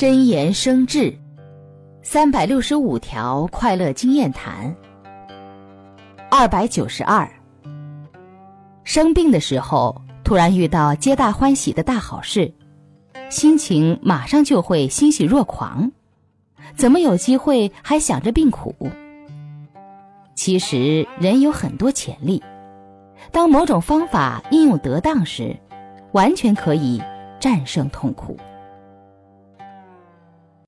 真言生智，365条快乐经验谈。292，生病的时候突然遇到皆大欢喜的大好事，心情马上就会欣喜若狂，怎么有机会还想着病苦？其实人有很多潜力，当某种方法应用得当时，完全可以战胜痛苦。